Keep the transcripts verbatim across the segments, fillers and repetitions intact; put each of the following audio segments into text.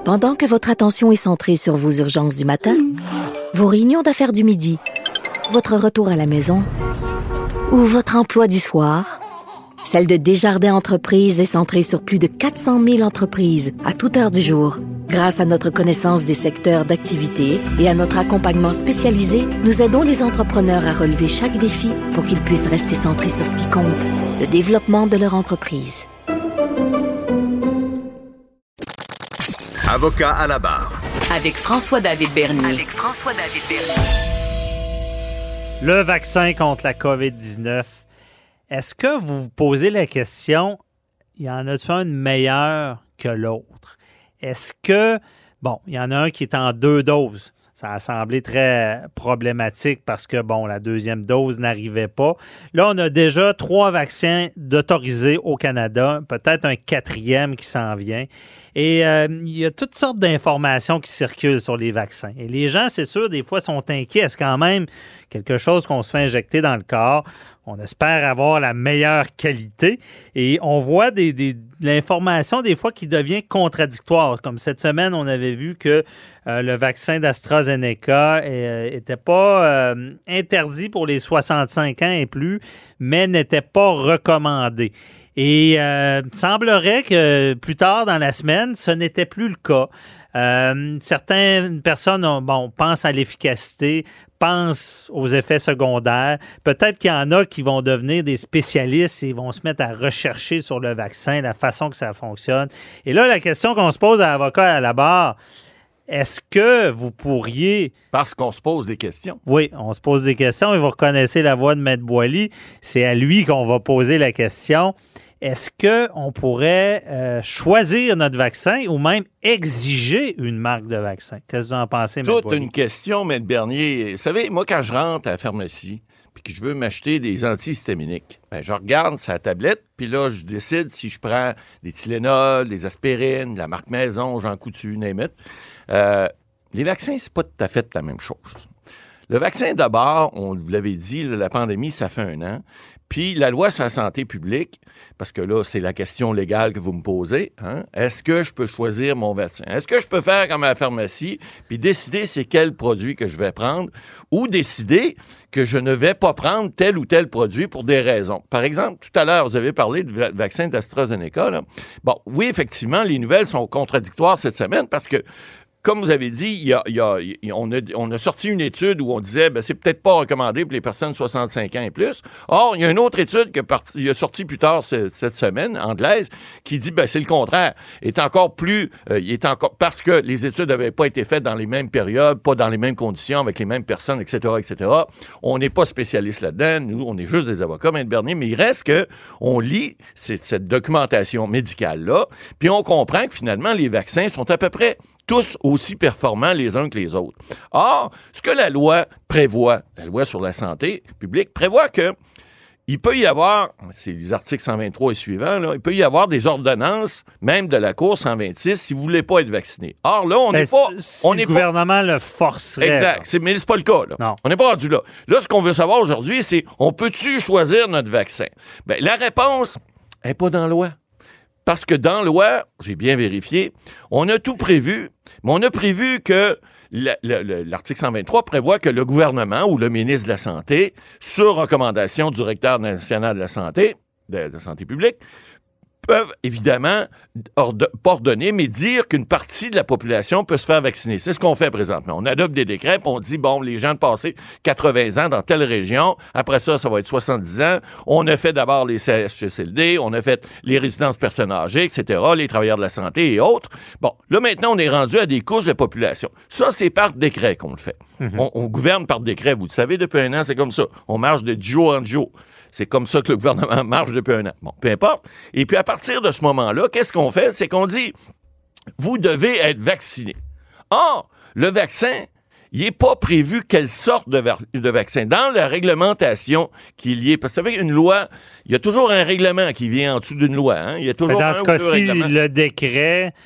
Pendant que votre attention est centrée sur vos urgences du matin, vos réunions d'affaires du midi, votre retour à la maison ou votre emploi du soir, celle de Desjardins Entreprises est centrée sur plus de quatre cent mille entreprises à toute heure du jour. Grâce à notre connaissance des secteurs d'activité et à notre accompagnement spécialisé, nous aidons les entrepreneurs à relever chaque défi pour qu'ils puissent rester centrés sur ce qui compte, le développement de leur entreprise. Avocat à la barre. Avec François-David Bernier. Avec François-David Bernier. Le vaccin contre la covid dix-neuf. Est-ce que vous vous posez la question, y en a-t-il un meilleur que l'autre? Est-ce que, bon, il y en a un qui est en deux doses. Ça a semblé très problématique parce que, bon, la deuxième dose n'arrivait pas. Là, on a déjà trois vaccins d'autorisés au Canada, peut-être un quatrième qui s'en vient. Et euh, il y a toutes sortes d'informations qui circulent sur les vaccins. Et les gens, c'est sûr, des fois, sont inquiets. Est-ce quand même quelque chose qu'on se fait injecter dans le corps? On espère avoir la meilleure qualité. Et on voit des, des, de l'information, des fois, qui devient contradictoire. Comme cette semaine, on avait vu que euh, le vaccin d'AstraZeneca n'était euh, pas euh, interdit pour les soixante-cinq ans et plus, mais n'était pas recommandé. Et euh, semblerait que plus tard dans la semaine, ce n'était plus le cas. Euh, certaines personnes ont, bon, pensent à l'efficacité, pensent aux effets secondaires. Peut-être qu'il y en a qui vont devenir des spécialistes et vont se mettre à rechercher sur le vaccin, la façon que ça fonctionne. Et là, la question qu'on se pose à l'avocat à la barre, est-ce que vous pourriez... Parce qu'on se pose des questions. Oui, on se pose des questions et vous reconnaissez la voix de Maître Boily. C'est à lui qu'on va poser la question. Est-ce qu'on pourrait euh, choisir notre vaccin ou même exiger une marque de vaccin? Qu'est-ce que vous en pensez, Maître Boily? Toute une question, Maître Bernier. Vous savez, moi, quand je rentre à la pharmacie puis que je veux m'acheter des antihistaminiques, ben, je regarde sa tablette, puis là, je décide si je prends des Tylenol, des aspirines, de la marque Maison, Jean Coutu, name it. Euh, les vaccins, c'est pas tout à fait la même chose. Le vaccin, d'abord, on vous l'avait dit, la pandémie, ça fait un an. Puis la loi sur la santé publique, parce que là, c'est la question légale que vous me posez, hein? Est-ce que je peux choisir mon vaccin? Est-ce que je peux faire comme à la pharmacie, puis décider c'est quel produit que je vais prendre, ou décider que je ne vais pas prendre tel ou tel produit pour des raisons? Par exemple, tout à l'heure, vous avez parlé du va- vaccin d'AstraZeneca, là. Bon, oui, effectivement, les nouvelles sont contradictoires cette semaine parce que comme vous avez dit, il y a, il y a, on, a, on a sorti une étude où on disait ben c'est peut-être pas recommandé pour les personnes de soixante-cinq ans et plus. Or, il y a une autre étude qui est sortie plus tard ce, cette semaine, anglaise, qui dit ben c'est le contraire. Est encore plus, euh, il est encore parce que les études n'avaient pas été faites dans les mêmes périodes, pas dans les mêmes conditions, avec les mêmes personnes, et cetera, et cetera. On n'est pas spécialiste là-dedans. Nous, on est juste des avocats, Maître Bernier, mais il reste que on lit cette, cette documentation médicale-là, puis on comprend que finalement, les vaccins sont à peu près tous aussi performants les uns que les autres. Or, ce que la loi prévoit, la loi sur la santé publique, prévoit que il peut y avoir, c'est les articles cent vingt-trois et suivants, là, il peut y avoir des ordonnances, même de la Cour cent vingt-six, si vous ne voulez pas être vacciné. Or, là, on n'est pas... Si on le n'est gouvernement pas... le forcerait. Exact, c'est, mais c'est pas le cas. Là. Non. On n'est pas rendu là. Là, ce qu'on veut savoir aujourd'hui, c'est, on peut-tu choisir notre vaccin? Bien, la réponse n'est pas dans la loi. Parce que dans la loi, j'ai bien vérifié, on a tout prévu, mais on a prévu que la, la, la, l'article cent vingt-trois prévoit que le gouvernement ou le ministre de la Santé, sur recommandation du directeur national de la santé, de la santé publique, peuvent évidemment ord- pas ordonner, mais dire qu'une partie de la population peut se faire vacciner. C'est ce qu'on fait présentement. On adopte des décrets, puis on dit, bon, les gens de passé quatre-vingts ans dans telle région, après ça, ça va être soixante-dix ans. On a fait d'abord les C H S L D, on a fait les résidences personnes âgées, et cetera, les travailleurs de la santé et autres. Bon, là, maintenant, on est rendu à des couches de population. Ça, c'est par décret qu'on le fait. Mm-hmm. On, on gouverne par décret. Vous le savez, depuis un an, c'est comme ça. On marche de jour en jour. C'est comme ça que le gouvernement marche depuis un an. Bon, peu importe. Et puis, à partir de ce moment-là, qu'est-ce qu'on fait? C'est qu'on dit, vous devez être vacciné. Or, le vaccin, il n'est pas prévu quelle sorte de, va- de vaccin. Dans la réglementation qui est liée, parce que avec une loi, il y a toujours un règlement qui vient en dessous d'une loi. Hein? Il y a toujours dans un ce ou deux cas-ci, règlements. le décret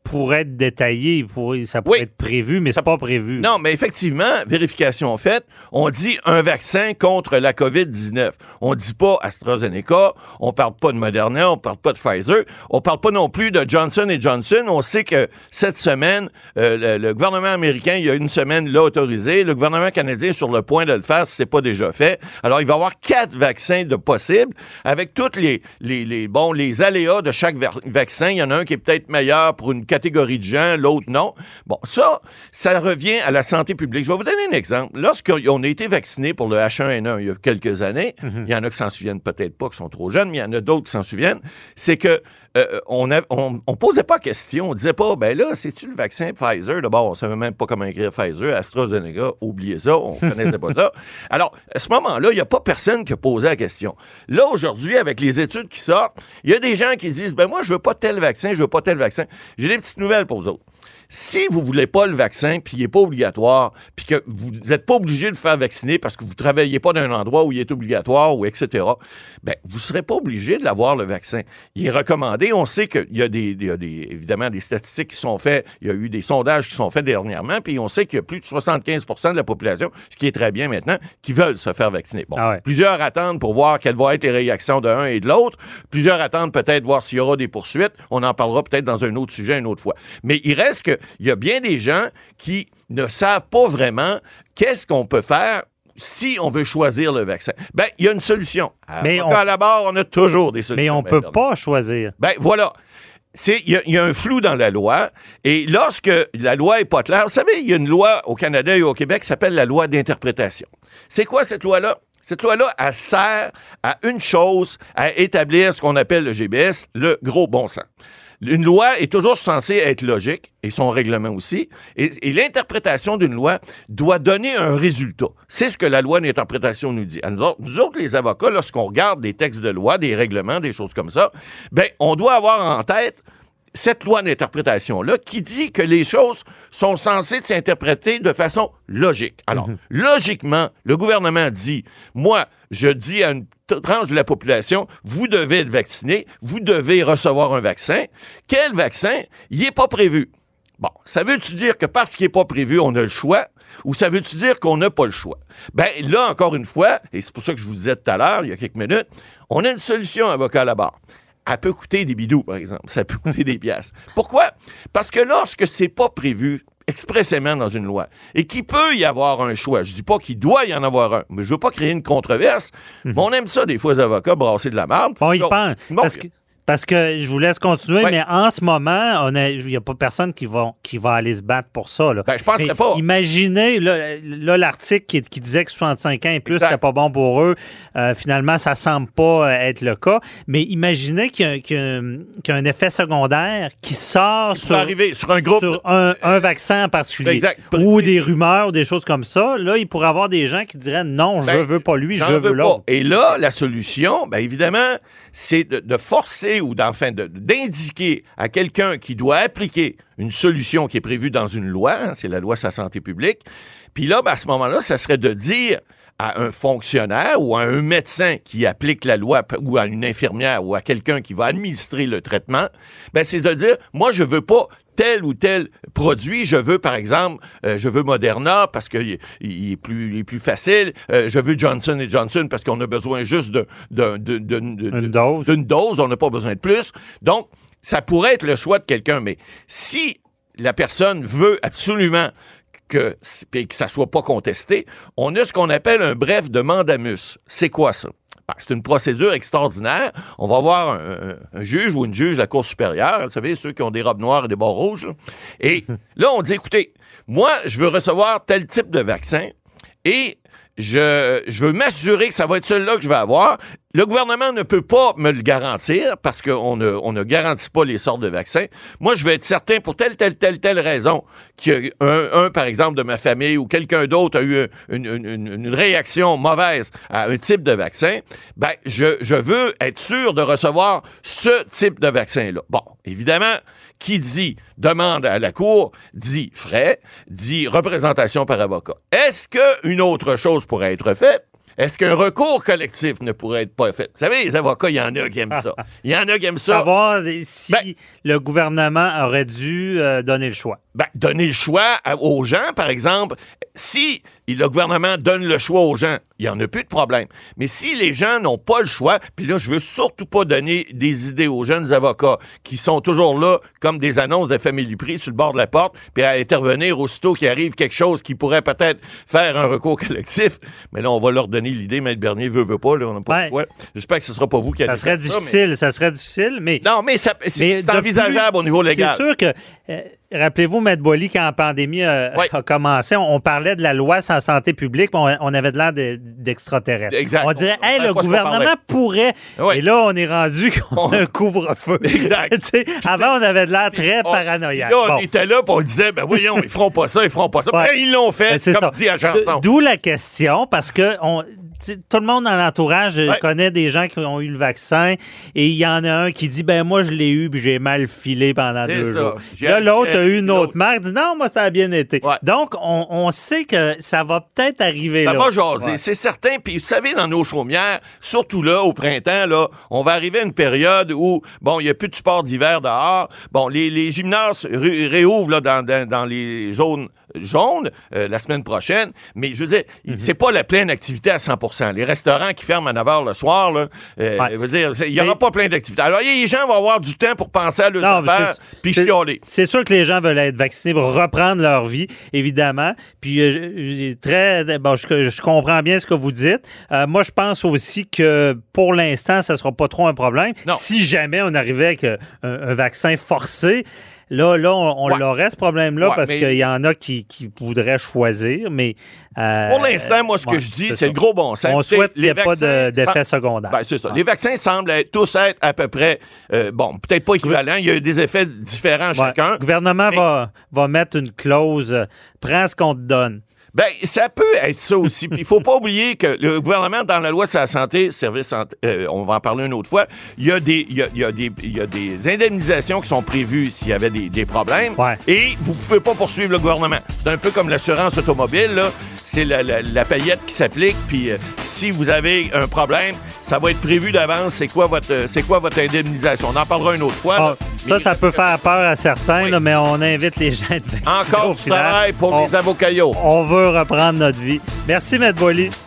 pourrait être détaillé, il pourrait, ça pourrait Oui. être prévu, mais c'est pas prévu. Non, mais effectivement, vérification faite, on dit un vaccin contre la covid dix-neuf. On dit pas AstraZeneca, on parle pas de Moderna, on parle pas de Pfizer, on parle pas non plus de Johnson and Johnson. On sait que cette semaine, euh, le, le gouvernement américain, il y a une semaine, l'a autorisé. Le gouvernement canadien est sur le point de le faire si c'est pas déjà fait. Alors, il va y avoir quatre vaccins de possibles avec toutes les, les, les, bon, les aléas de chaque va- vaccin. Il y en a un qui est peut-être meilleur pour une catégorie de gens, l'autre non. Bon, ça, ça revient à la santé publique. Je vais vous donner un exemple. Lorsqu'on a été vaccinés pour le H un N un il y a quelques années, mm-hmm. il y en a qui s'en souviennent peut-être pas, qui sont trop jeunes, mais il y en a d'autres qui s'en souviennent, c'est que euh, on, a, on, on posait pas question, on disait pas, ben là, c'est-tu le vaccin Pfizer? D'abord, on savait même pas comment écrire Pfizer, AstraZeneca, oubliez ça, on connaissait pas ça. Alors, à ce moment-là, il n'y a pas personne qui a posé la question. Là, aujourd'hui, avec les études qui sortent, il y a des gens qui disent, ben moi, je veux pas tel vaccin, je veux pas tel vaccin. J'ai des petites nouvelles pour vous autres. Si vous voulez pas le vaccin, puis il n'est pas obligatoire, puis que vous n'êtes pas obligé de faire vacciner parce que vous ne travaillez pas dans un endroit où il est obligatoire, ou et cetera, bien, vous ne serez pas obligé de l'avoir, le vaccin. Il est recommandé. On sait qu'il y a, des, il y a des, évidemment des statistiques qui sont faites. Il y a eu des sondages qui sont faits dernièrement, puis on sait qu'il y a plus de soixante-quinze pour cent de la population, ce qui est très bien maintenant, qui veulent se faire vacciner. Bon, ah ouais. Plusieurs attendent pour voir quelles vont être les réactions de l'un et de l'autre. Plusieurs attendent peut-être voir s'il y aura des poursuites. On en parlera peut-être dans un autre sujet une autre fois. Mais il reste que il y a bien des gens qui ne savent pas vraiment qu'est-ce qu'on peut faire si on veut choisir le vaccin. Ben, il y a une solution. À, mais on... à la barre, on a toujours des solutions. Mais on ne peut pas choisir. Ben, voilà. Il y, y a un flou dans la loi. Et lorsque la loi n'est pas claire, vous savez, il y a une loi au Canada et au Québec qui s'appelle la loi d'interprétation. C'est quoi cette loi-là? Cette loi-là, elle sert à une chose, à établir ce qu'on appelle le G B S, le gros bon sens. Une loi est toujours censée être logique, et son règlement aussi, et, et l'interprétation d'une loi doit donner un résultat. C'est ce que la loi d'interprétation nous dit. Nous autres, nous autres, les avocats, lorsqu'on regarde des textes de loi, des règlements, des choses comme ça, ben, on doit avoir en tête cette loi d'interprétation-là qui dit que les choses sont censées s'interpréter de façon logique. Alors, mm-hmm. logiquement, le gouvernement dit, moi, je dis à une tranche de la population, vous devez être vacciné, vous devez recevoir un vaccin. Quel vaccin? Il n'est pas prévu. Bon, ça veut-tu dire que parce qu'il n'est pas prévu, on a le choix? Ou ça veut-tu dire qu'on n'a pas le choix? Ben là, encore une fois, et c'est pour ça que je vous disais tout à l'heure, il y a quelques minutes, on a une solution, avocat à la barre. Elle peut coûter des bidous, par exemple. Ça peut coûter des piastres. Pourquoi? Parce que lorsque c'est pas prévu expressément dans une loi et qu'il peut y avoir un choix, je dis pas qu'il doit y en avoir un, mais je veux pas créer une controverse, mm-hmm. mais on aime ça, des fois, les avocats, brasser de la marde. On y pense. Bon, parce que... Parce que je vous laisse continuer, ouais. mais en ce moment, il n'y a pas personne qui va, qui va aller se battre pour ça. Là. Ben, je penserais pas. Imaginez, là, là l'article qui, qui disait que soixante-cinq ans et plus, c'était pas bon pour eux. Euh, finalement, ça semble pas être le cas. Mais imaginez qu'il y a, qu'il y a, qu'il y a un effet secondaire qui sort sur, arriver sur un groupe, sur un, un vaccin en particulier. Exact. Ou des rumeurs, ou des choses comme ça. Là, il pourrait y avoir des gens qui diraient non, je ben, veux pas lui, je veux, veux l'autre. Et là, la solution, bien évidemment, c'est de, de forcer ou d'enfin de, d'indiquer à quelqu'un qui doit appliquer une solution qui est prévue dans une loi, hein, c'est la loi sur la santé publique, puis là, ben, à ce moment-là, ça serait de dire à un fonctionnaire ou à un médecin qui applique la loi ou à une infirmière ou à quelqu'un qui va administrer le traitement, ben, c'est de dire, moi, je veux pas tel ou tel produit, je veux, par exemple, euh, je veux Moderna parce qu'il il est, plus, il est plus facile, euh, je veux Johnson and Johnson parce qu'on a besoin juste de, de, de, de, de, Une dose. d'une dose, on n'a pas besoin de plus. Donc, ça pourrait être le choix de quelqu'un, mais si la personne veut absolument que, que ça ne soit pas contesté, on a ce qu'on appelle un bref de mandamus. C'est quoi ça? Ben, c'est une procédure extraordinaire. On va voir un, un, un juge ou une juge de la Cour supérieure, vous savez, ceux qui ont des robes noires et des bords rouges. Là. Et là, on dit, écoutez, moi, je veux recevoir tel type de vaccin et je, je veux m'assurer que ça va être celui-là que je vais avoir. Le gouvernement ne peut pas me le garantir parce qu'on ne, on ne garantit pas les sortes de vaccins. Moi, je veux être certain pour telle, telle, telle, telle raison qu'un, un, par exemple, de ma famille ou quelqu'un d'autre a eu une, une, une, une réaction mauvaise à un type de vaccin. Ben, je, je veux être sûr de recevoir ce type de vaccin-là. Bon, évidemment, qui dit demande à la Cour, dit frais, dit représentation par avocat. Est-ce qu'une autre chose pourrait être faite? est-ce qu'un recours collectif ne pourrait être pas fait? Vous savez, les avocats, il y en a qui aiment ça. Il y en a qui aiment ça. Savoir si Ben, le gouvernement aurait dû euh, donner le choix. Ben, donner le choix à- aux gens, par exemple. Si le gouvernement donne le choix aux gens, il n'y en a plus de problème. Mais si les gens n'ont pas le choix, puis là, je veux surtout pas donner des idées aux jeunes avocats qui sont toujours là comme des annonces de Family Prix sur le bord de la porte, puis à intervenir aussitôt qu'il arrive quelque chose qui pourrait peut-être faire un recours collectif. Mais là, on va leur donner l'idée, Maître Bernier veut, veut pas, là, on n'a pas Ouais. le choix. J'espère que ce sera pas vous qui allez Ça serait faire ça, difficile, ça serait difficile, mais... mais... Non, mais ça- c'est mais c'est de envisageable plus, au niveau légal. C'est sûr que... euh, rappelez-vous, Maître Boily, quand la pandémie euh, Oui. a commencé, on, on parlait de la loi sur la santé publique, puis on, on avait de l'air de- d'extraterrestres. Exact. On dirait, On- on hey, savait le pas ce qu'on gouvernement parlait. pourrait. Oui. Et là, on est rendu qu'on a un couvre-feu. Exact. Tu sais, avant, on avait de l'air très On- paranoïaque. Là, on Bon. était là, puis on disait, ben voyons, ils feront pas ça, ils feront pas ça. Ouais. Ben, ils l'ont fait, Ben, c'est comme ça. dit à chanson. D'où la question, parce que on, tu sais, tout le monde dans l'entourage euh, Ouais. connaît des gens qui ont eu le vaccin, et il y en a un qui dit, ben moi, je l'ai eu, puis j'ai mal filé pendant C'est deux ça. jours. J'ai Là, l'autre a appris eu une l'autre. autre marque, dit, non, moi, ça a bien été. Ouais. Donc, on, on sait que ça va peut-être arriver Ça là. va jaser, Ouais. c'est certain. Puis, vous savez, dans nos chaumières, surtout là, au printemps, là, on va arriver à une période où, bon, il n'y a plus de sport d'hiver dehors. Bon, les, les gymnases ré- réouvrent là, dans, dans, dans les zones jaunes euh, la semaine prochaine. Mais je veux dire, Mhm. c'est pas la pleine activité à cent pour cent. Les restaurants qui ferment à neuf heures le soir, là, euh, Ouais. je veux dire, c'est- il n'y aura Mais- pas plein d'activités. Alors, les gens vont avoir du temps pour penser à leurs Non, mais affaires, c'est- puis c'est- chialer. C'est sûr que les gens veulent être vaccinés pour reprendre leur vie, évidemment. Puis euh, j'ai très, bon, je, je comprends bien ce que vous dites. Euh, moi, je pense aussi que pour l'instant, ça sera pas trop un problème. Non. Si jamais on arrivait avec euh, un, un vaccin forcé. Là, là, on, on Ouais. l'aurait, ce problème-là, Ouais, parce mais- qu'il y en a qui, qui voudraient choisir, mais... euh, Pour l'instant, moi, ce que ouais, je dis, c'est c'est ça. le gros bon sens. On Écoutez, souhaite qu'il n'y les ait pas de- vaccins d'effet sem- secondaire. Ben, c'est ça. Ouais. Les vaccins semblent être- tous être à peu près, euh, bon, peut-être pas équivalents. Il y a eu des effets différents Ouais. chacun. Le gouvernement Mais- va, va mettre une clause, euh, prends ce qu'on te donne. Ben, ça peut être ça aussi. Puis il faut pas oublier que le gouvernement, dans la loi sur la santé, service santé, euh, on va en parler une autre fois, il y a des, il y a, il y a des, il y a des indemnisations qui sont prévues s'il y avait des, des problèmes. Ouais. Et vous pouvez pas poursuivre le gouvernement. C'est un peu comme l'assurance automobile, là. C'est la, la, la paillette qui s'applique. Puis euh, si vous avez un problème, ça va être prévu d'avance. C'est quoi votre, euh, c'est quoi votre indemnisation? On en parlera une autre fois. Ah, là. ça, Mais ça parce peut que- faire peur à certains, Oui. là, mais on invite les gens à être vaccinés. Encore au du final. travail pour on, les avocats. on veut reprendre notre vie. Merci, Maître Boily.